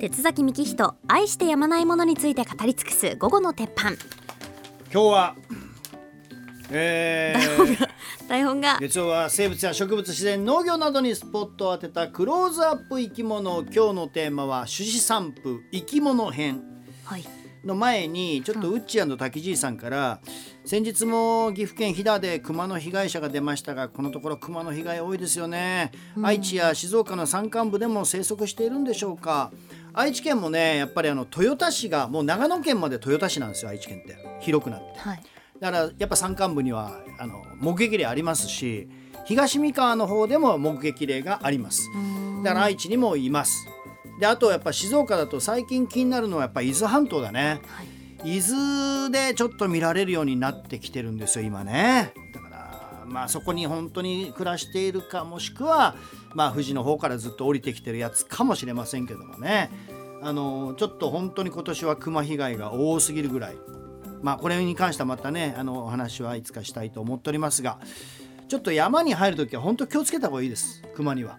鉄崎幹人、愛してやまないものについて語り尽くす午後の鉄板。 今日は、 台本が月曜は生物や植物、自然、農業などにスポットを当てたクローズアップ生き物。今日のテーマは種子散布生き物編、の前にちょっとウッチー&滝爺さんから、先日も岐阜県飛騨で熊の被害者が出ましたが、このところ熊の被害多いですよね。愛知や静岡の山間部でも生息しているんでしょうか。愛知県もね、やっぱり豊田市がもう長野県まで豊田市なんですよ。愛知県って広くなって、だからやっぱ山間部には目撃例ありますし、東三河の方でも目撃例があります。だから愛知にもいます。で、あとやっぱ静岡だと最近気になるのはやっぱ伊豆半島だね、伊豆でちょっと見られるようになってきてるんですよ今ね。だからそこに本当に暮らしているか、もしくは富士の方からずっと降りてきてるやつかもしれませんけどもね、ちょっと本当に今年は熊被害が多すぎるぐらい、これに関してはまたねお話はいつかしたいと思っておりますが、ちょっと山に入るときは本当気をつけた方がいいです、熊には。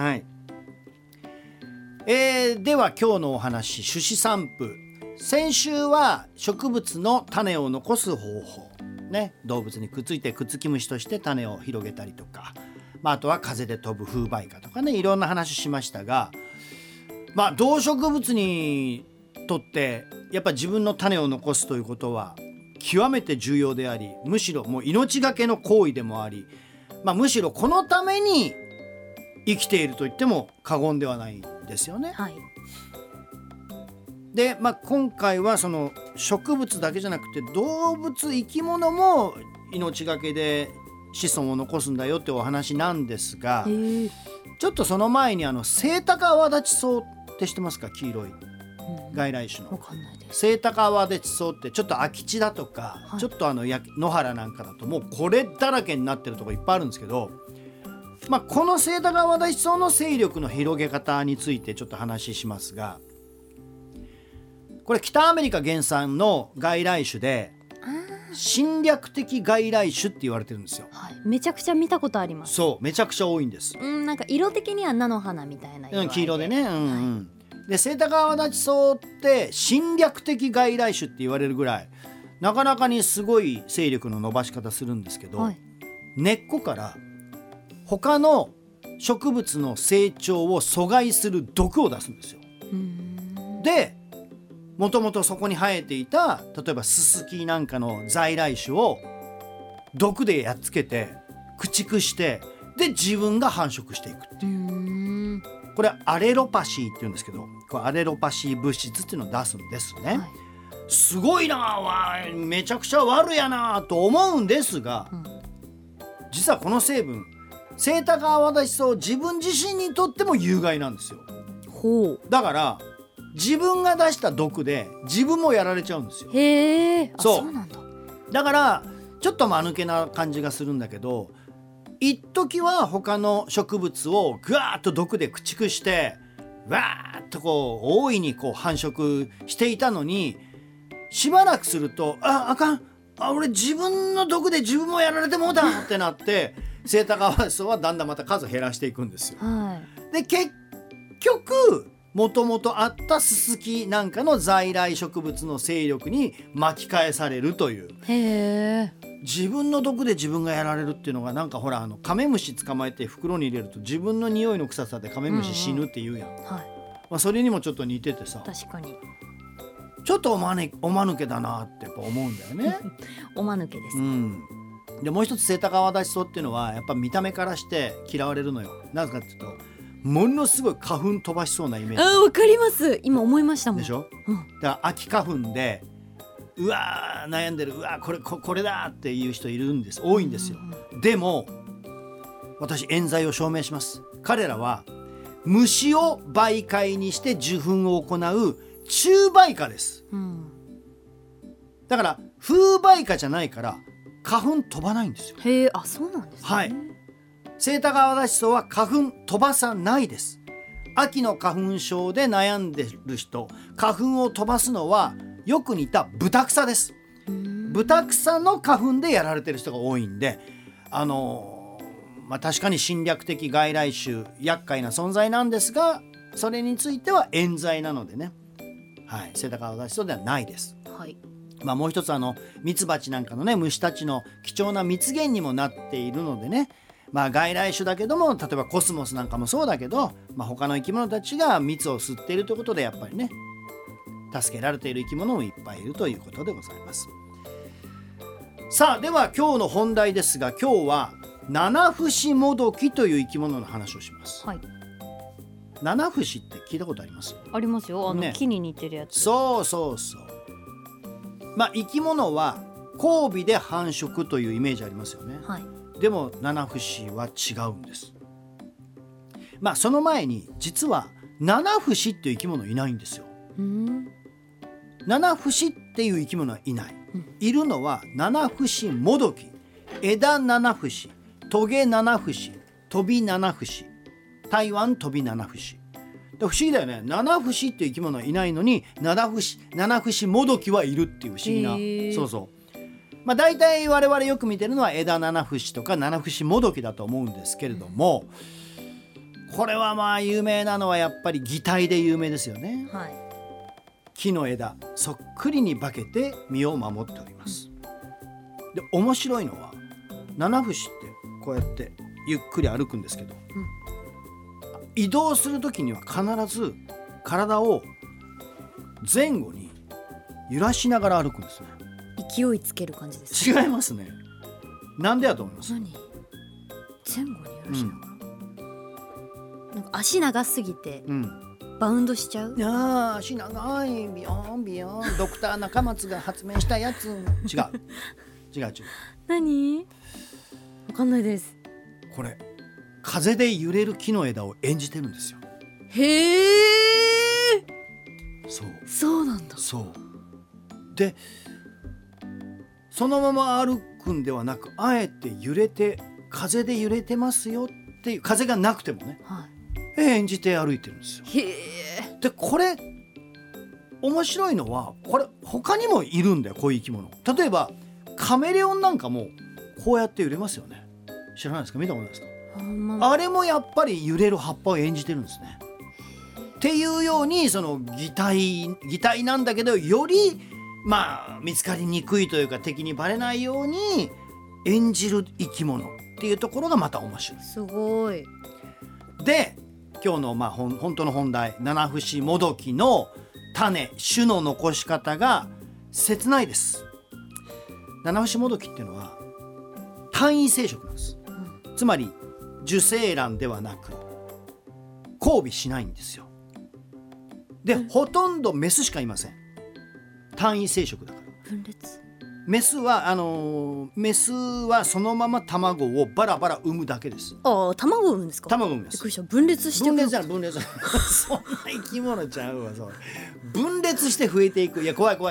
では今日のお話、種子散布。先週は植物の種を残す方法、動物にくっついてくっつき虫として種を広げたりとか、あとは風で飛ぶ風媒花とかね、いろんな話しましたが、動植物にとってやっぱ自分の種を残すということは極めて重要であり、むしろもう命がけの行為でもあり、むしろこのために生きていると言っても過言ではないですよね。で、今回はその植物だけじゃなくて動物、生き物も命がけで子孫を残すんだよってお話なんですが、ちょっとその前にセイタカアワダチソウって知ってますか？黄色い外来種のセイタカアワダチソウってちょっと空き地だとか、ちょっと野原なんかだともうこれだらけになってるとこいっぱいあるんですけど、このセイタカアワダチソウの勢力の広げ方についてちょっと話しますが、これ北アメリカ原産の外来種で侵略的外来種って言われてるんですよ。 めちゃくちゃ見たことあります。 そう、めちゃくちゃ多いんです。 なんか色的には菜の花みたいな色合いで、 黄色でね、でセイタカアワダチソウって侵略的外来種って言われるぐらいなかなかにすごい勢力の伸ばし方するんですけど、根っこから他の植物の成長を阻害する毒を出すんですよ。で、もともとそこに生えていた例えばススキなんかの在来種を毒でやっつけて駆逐して、で自分が繁殖していくっていう、これアレロパシーっていうんですけど、これアレロパシー物質っていうのを出すんですね。すごいな、めちゃくちゃ悪やなと思うんですが、実はこの成分セイタカアワダチソウ自分自身にとっても有害なんですよ。だから自分が出した毒で自分もやられちゃうんですよ。そうなんだ。だからちょっと間抜けな感じがするんだけど、一時は他の植物をぐわーっと毒で駆逐してわーっと大いに繁殖していたのに、しばらくするとあかん、俺自分の毒で自分もやられてもうたってなってセイタカアワダチソウはだんだんまた数減らしていくんですよ。で結局もともとあったススキなんかの在来植物の勢力に巻き返されるという。自分の毒で自分がやられるっていうのが、なんかほらカメムシ捕まえて袋に入れると自分の匂いの臭さでカメムシ死ぬって言うやん。それにもちょっと似ててさ、 確かにちょっとおまぬけだなってやっぱ思うんだよね。 おまぬけです、 でもう一つセイタカアワダチソウっていうのはやっぱ見た目からして嫌われるのよ。なぜかっていうとものすごい花粉飛ばしそうなイメージ。 わかります。今思いましたもん。 でしょ、だから秋花粉でうわー悩んでる、うわーこれだっていう人いるんです、多いんですよ。でも私冤罪を証明します。彼らは虫を媒介にして受粉を行う虫媒花です、だから風媒花じゃないから花粉飛ばないんですよ。 そうなんですね。 セイタカアワダチソウは花粉飛ばさないです。秋の花粉症で悩んでる人、花粉を飛ばすのはよく似たブタクサです。ブタクサの花粉でやられてる人が多いんで、確かに侵略的外来種厄介な存在なんですが、 それについては冤罪なのでね、はい、セイタカアワダチソウではないです。 はい。 もう一つミツバチなんかのね虫たちの貴重な蜜源にもなっているのでね、外来種だけども、例えばコスモスなんかもそうだけど、他の生き物たちが蜜を吸っているということでやっぱりね助けられている生き物もいっぱいいるということでございます。さあでは今日の本題ですが、今日はナナフシモドキという生き物の話をします。 はい。 ナナフシって聞いたことあります？ ありますよ。 ね、 木に似てるやつ。 そう。生き物は交尾で繁殖というイメージありますよね。 はい。 でもナナフシは違うんです。その前に実はナナフシっていう生き物いないんですよ。ナナフシっていう生き物はいない。いるのはナナフシモドキ、枝ナナフシ、トゲナナフシ、トビナナフシ、台湾トビナナフシ。不思議だよね。ナナフシっていう生き物はいないのにナナフシモドキはいるっていう不思議な。そうそう。大体我々よく見てるのは枝ナナフシとかナナフシモドキだと思うんですけれども、これは有名なのはやっぱり擬態で有名ですよね。 はい。 木の枝そっくりに化けて身を守っております。で面白いのはナナフシってこうやってゆっくり歩くんですけど、移動する時には必ず体を前後に揺らしながら歩くんですね。 勢いつける感じですか？違いますね。なんでやと思います？ 何？前後に揺らしながら、なんか足長すぎて、バウンドしちゃう？ 足長いビヨンビヨンドクター中松が発明したやつ。違う。 何？わかんないです。 これ風で揺れる木の枝を演じてるんですよ。 へえ。そうなんだ。 でそのまま歩くんではなく、あえて風で揺れてますよっていう、風がなくてもね、演じて歩いてるんですよ。でこれ面白いのは、これ他にもいるんだよ、こういう生き物。例えばカメレオンなんかもこうやって揺れますよね。知らないですか？見たことないですか？あれもやっぱり揺れる葉っぱを演じてるんですね。っていうように、その擬態なんだけど、より見つかりにくいというか敵にバレないように演じる生き物っていうところがまた面白い。 すごい。 で今日の本当の本題、ナナフシモドキの種の残し方が切ないです。ナナフシモドキっていうのは単位生殖なんです。つまり受精卵ではなく交尾しないんですよ。でほとんどメスしかいません。単位生殖だから。 分裂。 メスはそのまま卵をバラバラ産むだけです。 卵を産むんですか？ 卵を産みます。 びっくりした。分裂して分裂そんな生き物ちゃうわ。そう分裂して増えていく。いや怖い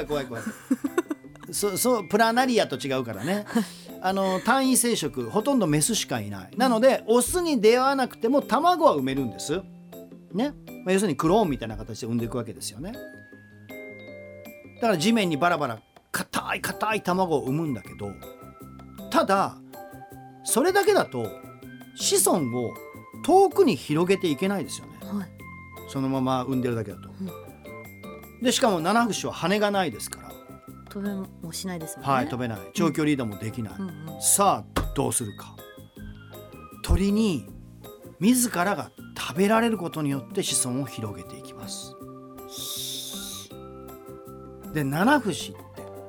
そうプラナリアと違うからね。単位生殖、ほとんどメスしかいない。なのでオスに出会わなくても卵は産めるんですね。要するにクローンみたいな形で産んでいくわけですよね。だから地面にバラバラ硬い卵を産むんだけど、ただそれだけだと子孫を遠くに広げていけないですよね。そのまま産んでるだけだと。でしかもナナフシは羽がないですから飛べもしないですもんね。 飛べない。長距離移動もできない。さあどうするか。鳥に自らが食べられることによって子孫を広げていきます。でナナフシって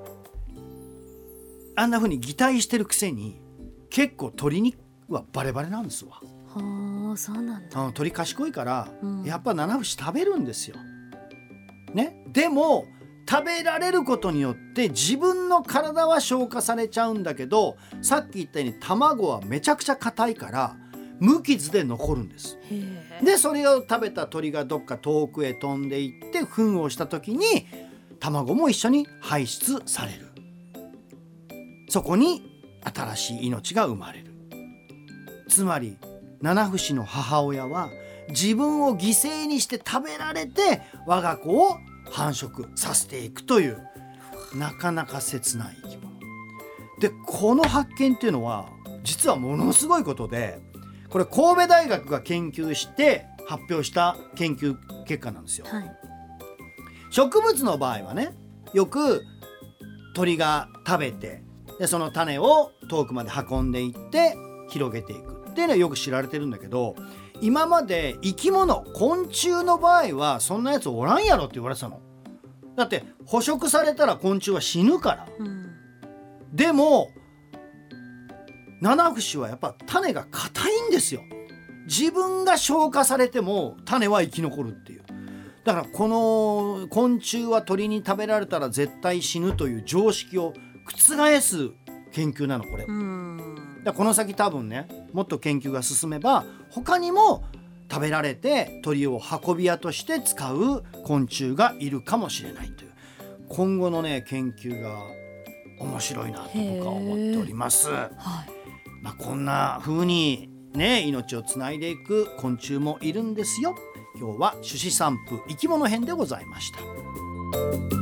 あんな風に擬態してるくせに結構鳥にはバレバレなんですわ。 そうなんだ。 鳥賢いから、やっぱナナフシ食べるんですよ、ね。でも食べられることによって自分の体は消化されちゃうんだけど、さっき言ったように卵はめちゃくちゃ硬いから無傷で残るんです。でそれを食べた鳥がどっか遠くへ飛んでいって糞をした時に卵も一緒に排出される。そこに新しい命が生まれる。つまりナナフシの母親は自分を犠牲にして食べられて我が子を繁殖させていくという、なかなか切ない生き物で、この発見っていうのは実はものすごいことで、これ神戸大学が研究して発表した研究結果なんですよ。 はい、 植物の場合はね、よく鳥が食べて、でその種を遠くまで運んでいって広げていくっていうのはよく知られてるんだけど、今まで生き物昆虫の場合はそんなやつおらんやろって言われてたの。だって捕食されたら昆虫は死ぬから、うん、でもナナフシはやっぱ種が硬いんですよ。自分が消化されても種は生き残るっていう。だからこの昆虫は鳥に食べられたら絶対死ぬという常識を覆す研究なのこれ。だからこの先多分ね、もっと研究が進めば他にも食べられて鳥を運び屋として使う昆虫がいるかもしれないという、今後のね研究が面白いなと僕は思っております。はい、こんな風にね命をつないでいく昆虫もいるんですよ。今日は種子散布生き物編でございました。